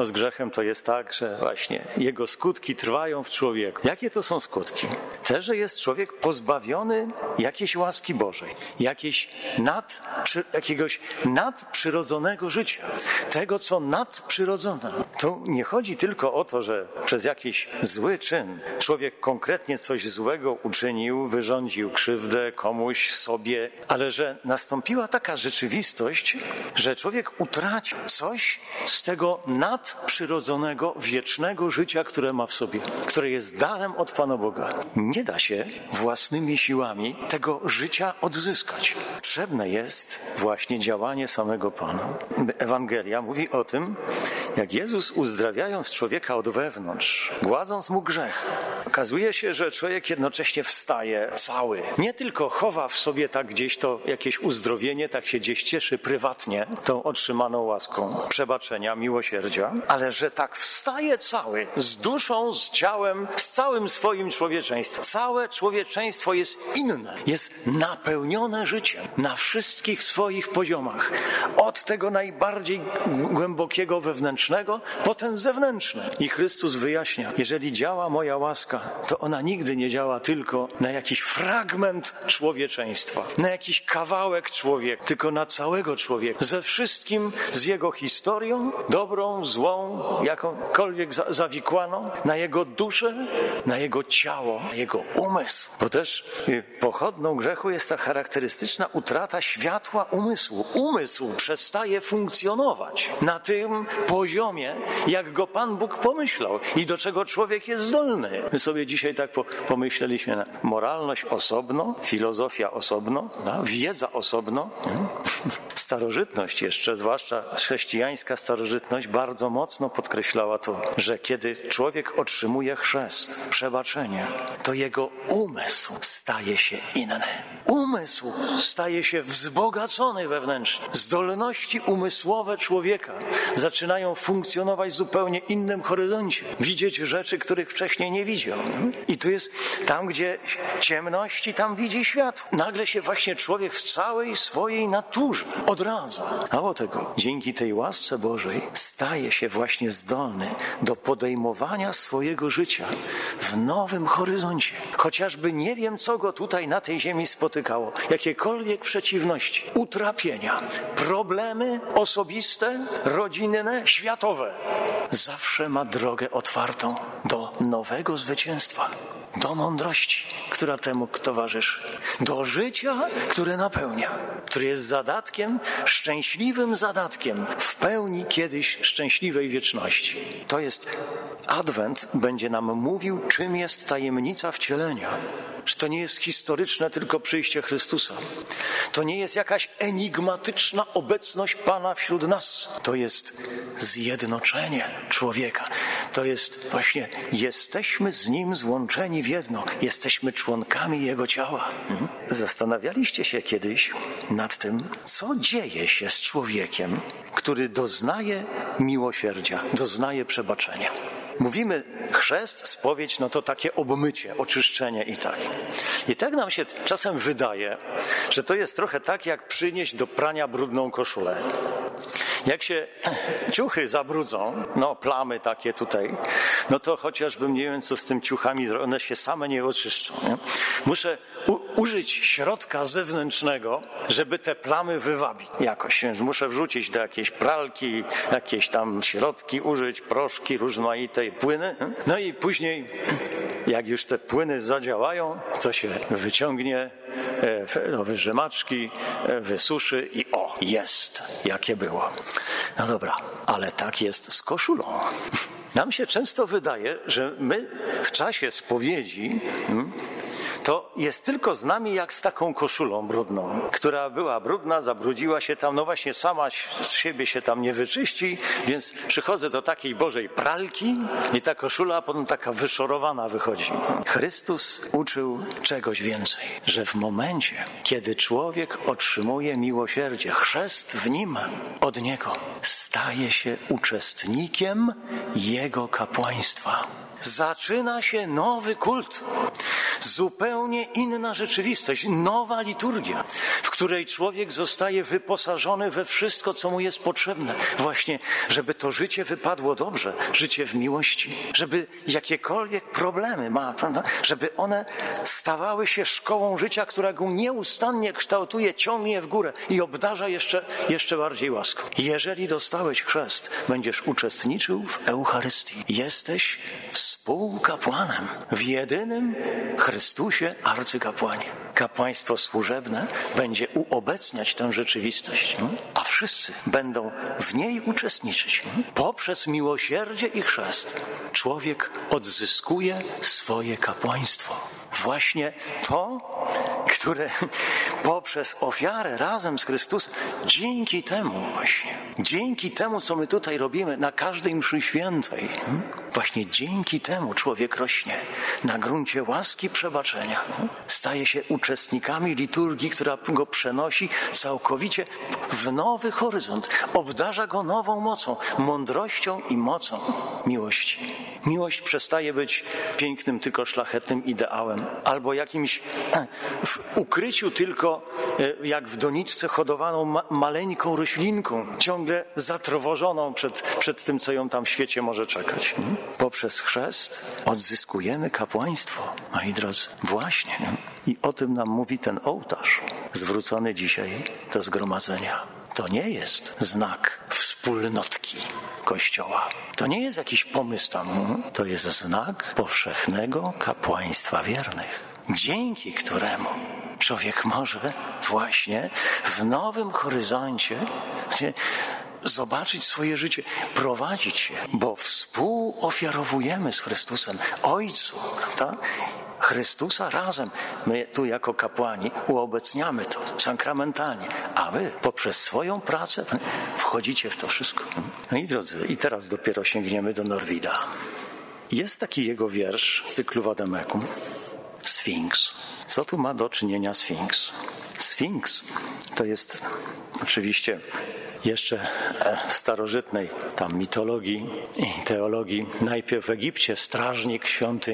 No z grzechem to jest tak, że właśnie jego skutki trwają w człowieku. Jakie to są skutki? Te, że jest człowiek pozbawiony jakiejś łaski Bożej, jakiegoś nadprzyrodzonego życia, tego, co nadprzyrodzone. To nie chodzi tylko o to, że przez jakiś zły czyn człowiek konkretnie coś złego uczynił, wyrządził krzywdę komuś, sobie, ale że nastąpiła taka rzeczywistość, że człowiek utraci coś z tego nadprzyrodzonego, wiecznego życia, które ma w sobie, które jest darem od Pana Boga. Nie da się własnymi siłami tego życia odzyskać. Potrzebne jest właśnie działanie samego Pana. Ewangelia mówi o tym, jak Jezus uzdrawiając człowieka od wewnątrz, gładząc mu grzech, okazuje się, że człowiek jednocześnie wstaje cały. Nie tylko chowa w sobie tak gdzieś to jakieś uzdrowienie, tak się gdzieś cieszy prywatnie tą otrzymaną łaską przebaczenia, miłosierdzia, ale że tak wstaje cały, z duszą, z ciałem, z całym swoim człowieczeństwem. Całe człowieczeństwo jest inne, jest napełnione życiem na wszystkich swoich poziomach. Od tego najbardziej głębokiego wewnętrznego, po ten zewnętrzny. I Chrystus wyjaśnia, jeżeli działa moja łaska, to ona nigdy nie działa tylko na jakiś fragment człowieczeństwa, na jakiś kawałek człowieka, tylko na całego człowieka. Ze wszystkim, z jego historią, dobrą, złą, jakąkolwiek zawikłaną, na jego duszę, na jego ciało, na jego umysł. Bo też pochodną grzechu jest ta charakterystyczna utrata światła umysłu. Umysł przestaje funkcjonować na tym poziomie, jak go Pan Bóg pomyślał i do czego człowiek jest zdolny. My sobie dzisiaj tak pomyśleliśmy, moralność osobno, filozofia osobno, wiedza osobno. Starożytność jeszcze, zwłaszcza chrześcijańska starożytność, bardzo mocno podkreślała to, że kiedy człowiek otrzymuje chrzest, przebaczenie, to jego umysł staje się inny. Umysł staje się wzbogacony wewnętrznie. Zdolności umysłowe człowieka zaczynają funkcjonować w zupełnie innym horyzoncie. Widzieć rzeczy, których wcześniej nie widział. I tu jest tam, gdzie ciemności, tam widzi światło. Nagle się właśnie człowiek w całej swojej naturze odradza. Mało tego, dzięki tej łasce Bożej staje się właśnie zdolny do podejmowania swojego życia w nowym horyzoncie. Chociażby nie wiem, co go tutaj na tej ziemi spotykało. Jakiekolwiek przeciwności, utrapienia, problemy osobiste, rodzinne, światowe. Zawsze ma drogę otwartą do nowego zwycięstwa. Do mądrości, która temu towarzyszy. Do życia, które napełnia. Które jest zadatkiem, szczęśliwym zadatkiem w pełni kiedyś szczęśliwej wieczności. To jest Adwent będzie nam mówił, czym jest tajemnica wcielenia. Że to nie jest historyczne tylko przyjście Chrystusa. To nie jest jakaś enigmatyczna obecność Pana wśród nas. To jest zjednoczenie człowieka. To jest właśnie, jesteśmy z Nim złączeni w jedno. Jesteśmy członkami Jego ciała. Zastanawialiście się kiedyś nad tym, co dzieje się z człowiekiem, który doznaje miłosierdzia, doznaje przebaczenia. Mówimy chrzest, spowiedź, no to takie obmycie, oczyszczenie i tak. I tak nam się czasem wydaje, że to jest trochę tak, jak przynieść do prania brudną koszulę. Jak się ciuchy zabrudzą, no plamy takie tutaj, no to chociażbym nie wiem, co z tym ciuchami, one się same nie oczyszczą. Nie? Muszę użyć środka zewnętrznego, żeby te plamy wywabić jakoś. Więc muszę wrzucić do jakiejś pralki, jakieś tam środki użyć, proszki, rozmaite płyny. No i później, jak już te płyny zadziałają, to się wyciągnie wyżymaczki, wysuszy i jest, jakie było. No dobra, ale tak jest z koszulą. Nam się często wydaje, że my w czasie spowiedzi to jest tylko z nami jak z taką koszulą brudną, która była brudna, zabrudziła się tam, no właśnie sama z siebie się tam nie wyczyści, więc przychodzę do takiej Bożej pralki i ta koszula potem taka wyszorowana wychodzi. Chrystus uczył czegoś więcej, że w momencie, kiedy człowiek otrzymuje miłosierdzie, chrzest w nim od Niego, staje się uczestnikiem Jego kapłaństwa. zaczyna się nowy kult. Zupełnie inna rzeczywistość, nowa liturgia, w której człowiek zostaje wyposażony we wszystko, co mu jest potrzebne. Właśnie, żeby to życie wypadło dobrze, życie w miłości, żeby jakiekolwiek problemy ma, prawda? Żeby one stawały się szkołą życia, która go nieustannie kształtuje, ciągnie w górę i obdarza jeszcze bardziej łaską. Jeżeli dostałeś chrzest, będziesz uczestniczył w Eucharystii. Jesteś współkapłanem w jedynym Chrystusie arcykapłanie. Kapłaństwo służebne będzie uobecniać tę rzeczywistość, a wszyscy będą w niej uczestniczyć. Poprzez miłosierdzie i chrzest człowiek odzyskuje swoje kapłaństwo. Właśnie to, które poprzez ofiarę razem z Chrystusem, dzięki temu, co my tutaj robimy na każdej mszy świętej, właśnie dzięki temu człowiek rośnie na gruncie łaski przebaczenia. Staje się uczestnikami liturgii, która go przenosi całkowicie w nowy horyzont. Obdarza go nową mocą, mądrością i mocą miłości. Miłość przestaje być pięknym, tylko szlachetnym ideałem, albo jakimś w ukryciu tylko, jak w doniczce hodowaną maleńką roślinką, ciągle zatrwożoną przed tym, co ją tam w świecie może czekać. Poprzez chrzest odzyskujemy kapłaństwo, moi drodzy. Właśnie. I o tym nam mówi ten ołtarz, zwrócony dzisiaj do zgromadzenia. To nie jest znak wspólnotki Kościoła. To nie jest jakiś pomysł tam. To jest znak powszechnego kapłaństwa wiernych, dzięki któremu człowiek może właśnie w nowym horyzoncie zobaczyć swoje życie, prowadzić się, bo współofiarowujemy z Chrystusem Ojcu, prawda? Chrystusa razem. My tu jako kapłani uobecniamy to sakramentalnie, a wy poprzez swoją pracę wchodzicie w to wszystko. No i drodzy, i teraz dopiero sięgniemy do Norwida. Jest taki jego wiersz w cyklu Vademécum, Sfinks. Co tu ma do czynienia Sfinks? Sfinks to jest oczywiście jeszcze w starożytnej tam mitologii i teologii najpierw w Egipcie strażnik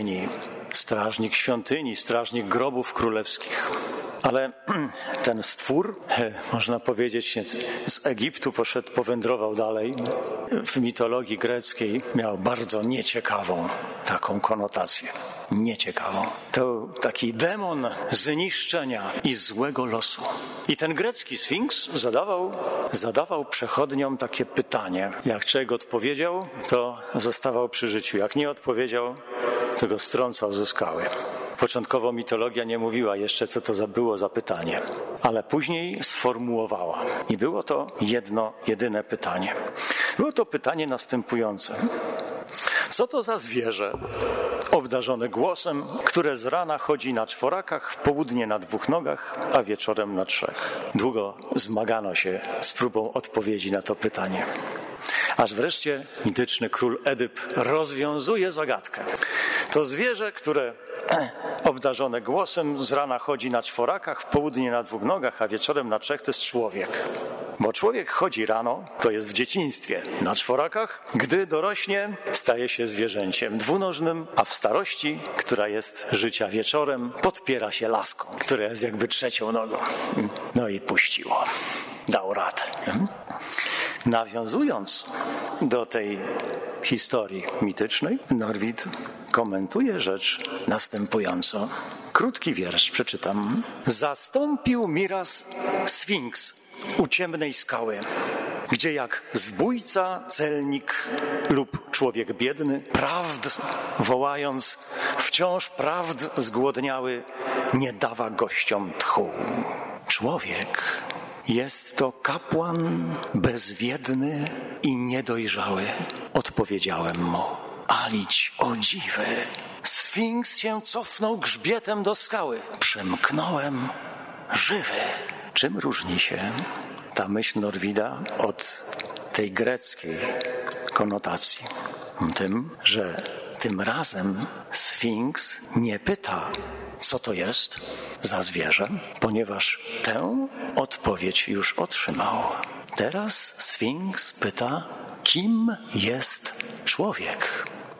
świątyni, strażnik grobów królewskich. Ale ten stwór, można powiedzieć, z Egiptu powędrował dalej. W mitologii greckiej miał bardzo nieciekawą taką konotację. Nieciekawą. To taki demon zniszczenia i złego losu. I ten grecki Sfinks zadawał przechodniom takie pytanie. Jak człowiek odpowiedział, to zostawał przy życiu. Jak nie odpowiedział, to go strącał ze skały. Początkowo mitologia nie mówiła jeszcze, co to było za pytanie, ale później sformułowała. I było to jedno, jedyne pytanie. Było to pytanie następujące. Co to za zwierzę obdarzone głosem, które z rana chodzi na 4, w południe na 2 nogach, a wieczorem na 3? Długo zmagano się z próbą odpowiedzi na to pytanie. Aż wreszcie mityczny król Edyp rozwiązuje zagadkę. To zwierzę, które obdarzone głosem z rana chodzi na 4, w południe na 2 nogach, a wieczorem na 3, to jest człowiek. Bo człowiek chodzi rano, to jest w dzieciństwie, na 4, gdy dorośnie, staje się zwierzęciem dwunożnym, a w starości, która jest życia wieczorem, podpiera się laską, która jest jakby 3. nogą. No i puściło. Dał radę. Nawiązując do tej historii mitycznej, Norwid komentuje rzecz następująco. Krótki wiersz przeczytam. Zastąpił mi raz Sfinks u ciemnej skały, gdzie jak zbójca, celnik lub człowiek biedny, prawd wołając, wciąż prawd zgłodniały, nie dawa gościom tchu. Człowiek jest to kapłan bezwiedny i niedojrzały. Odpowiedziałem mu. Alić, o dziwy! Sfinks się cofnął grzbietem do skały. Przemknąłem żywy. Czym różni się ta myśl Norwida od tej greckiej konotacji? Tym, że tym razem Sfinks nie pyta, co to jest za zwierzę, ponieważ tę odpowiedź już otrzymał. Teraz Sfinks pyta, kim jest człowiek?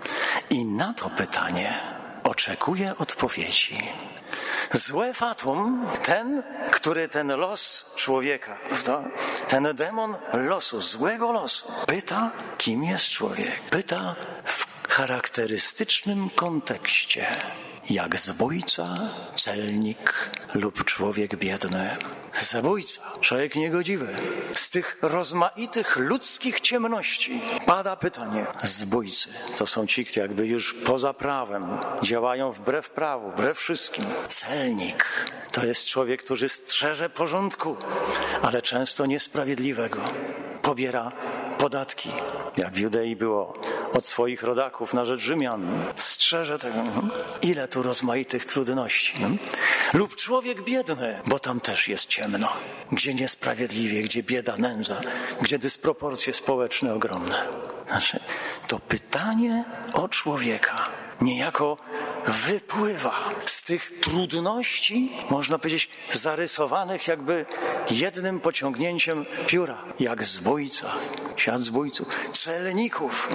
I na to pytanie oczekuje odpowiedzi. Złe fatum, ten, który ten los człowieka, ten demon losu, złego losu, pyta, kim jest człowiek. Pyta w charakterystycznym kontekście, jak zabójca, celnik lub człowiek biedny. Zabójca, człowiek niegodziwy. Z tych rozmaitych ludzkich ciemności pada pytanie. Zbójcy to są ci, którzy jakby już poza prawem, działają wbrew prawu, wbrew wszystkim. Celnik to jest człowiek, który strzeże porządku, ale często niesprawiedliwego. Pobiera podatki, jak w Judei było, od swoich rodaków na rzecz Rzymian. Strzeże tego. Ile tu rozmaitych trudności. Lub człowiek biedny, bo tam też jest ciemno. Gdzie niesprawiedliwie, gdzie bieda, nędza, gdzie dysproporcje społeczne ogromne. Znaczy, to pytanie o człowieka niejako wypływa z tych trudności, można powiedzieć, zarysowanych jakby jednym pociągnięciem pióra. Jak zbójca, świat zbójców, celników,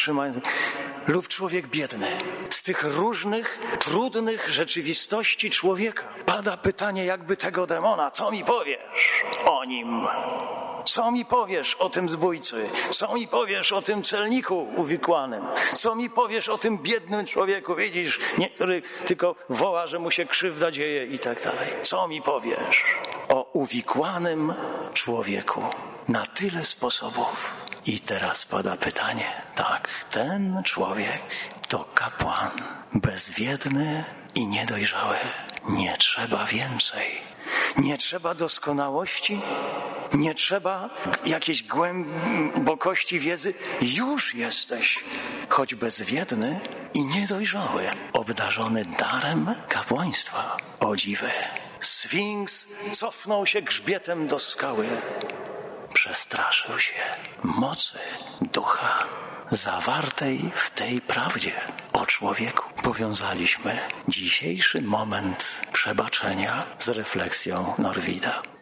lub człowiek biedny. Z tych różnych, trudnych rzeczywistości człowieka pada pytanie jakby tego demona. Co mi powiesz o nim? Co mi powiesz o tym zbójcy? Co mi powiesz o tym celniku uwikłanym? Co mi powiesz o tym biednym człowieku? Widzisz, który tylko woła, że mu się krzywda dzieje i tak dalej. Co mi powiesz o uwikłanym człowieku? Na tyle sposobów. I teraz pada pytanie. Tak, ten człowiek to kapłan, bezwiedny i niedojrzały. Nie trzeba więcej. Nie trzeba doskonałości, nie trzeba jakiejś głębokości wiedzy. Już jesteś, choć bezwiedny i niedojrzały, obdarzony darem kapłaństwa. O dziwy, Sfinks cofnął się grzbietem do skały. Przestraszył się mocy ducha zawartej w tej prawdzie o człowieku. Powiązaliśmy dzisiejszy moment przebaczenia z refleksją Norwida.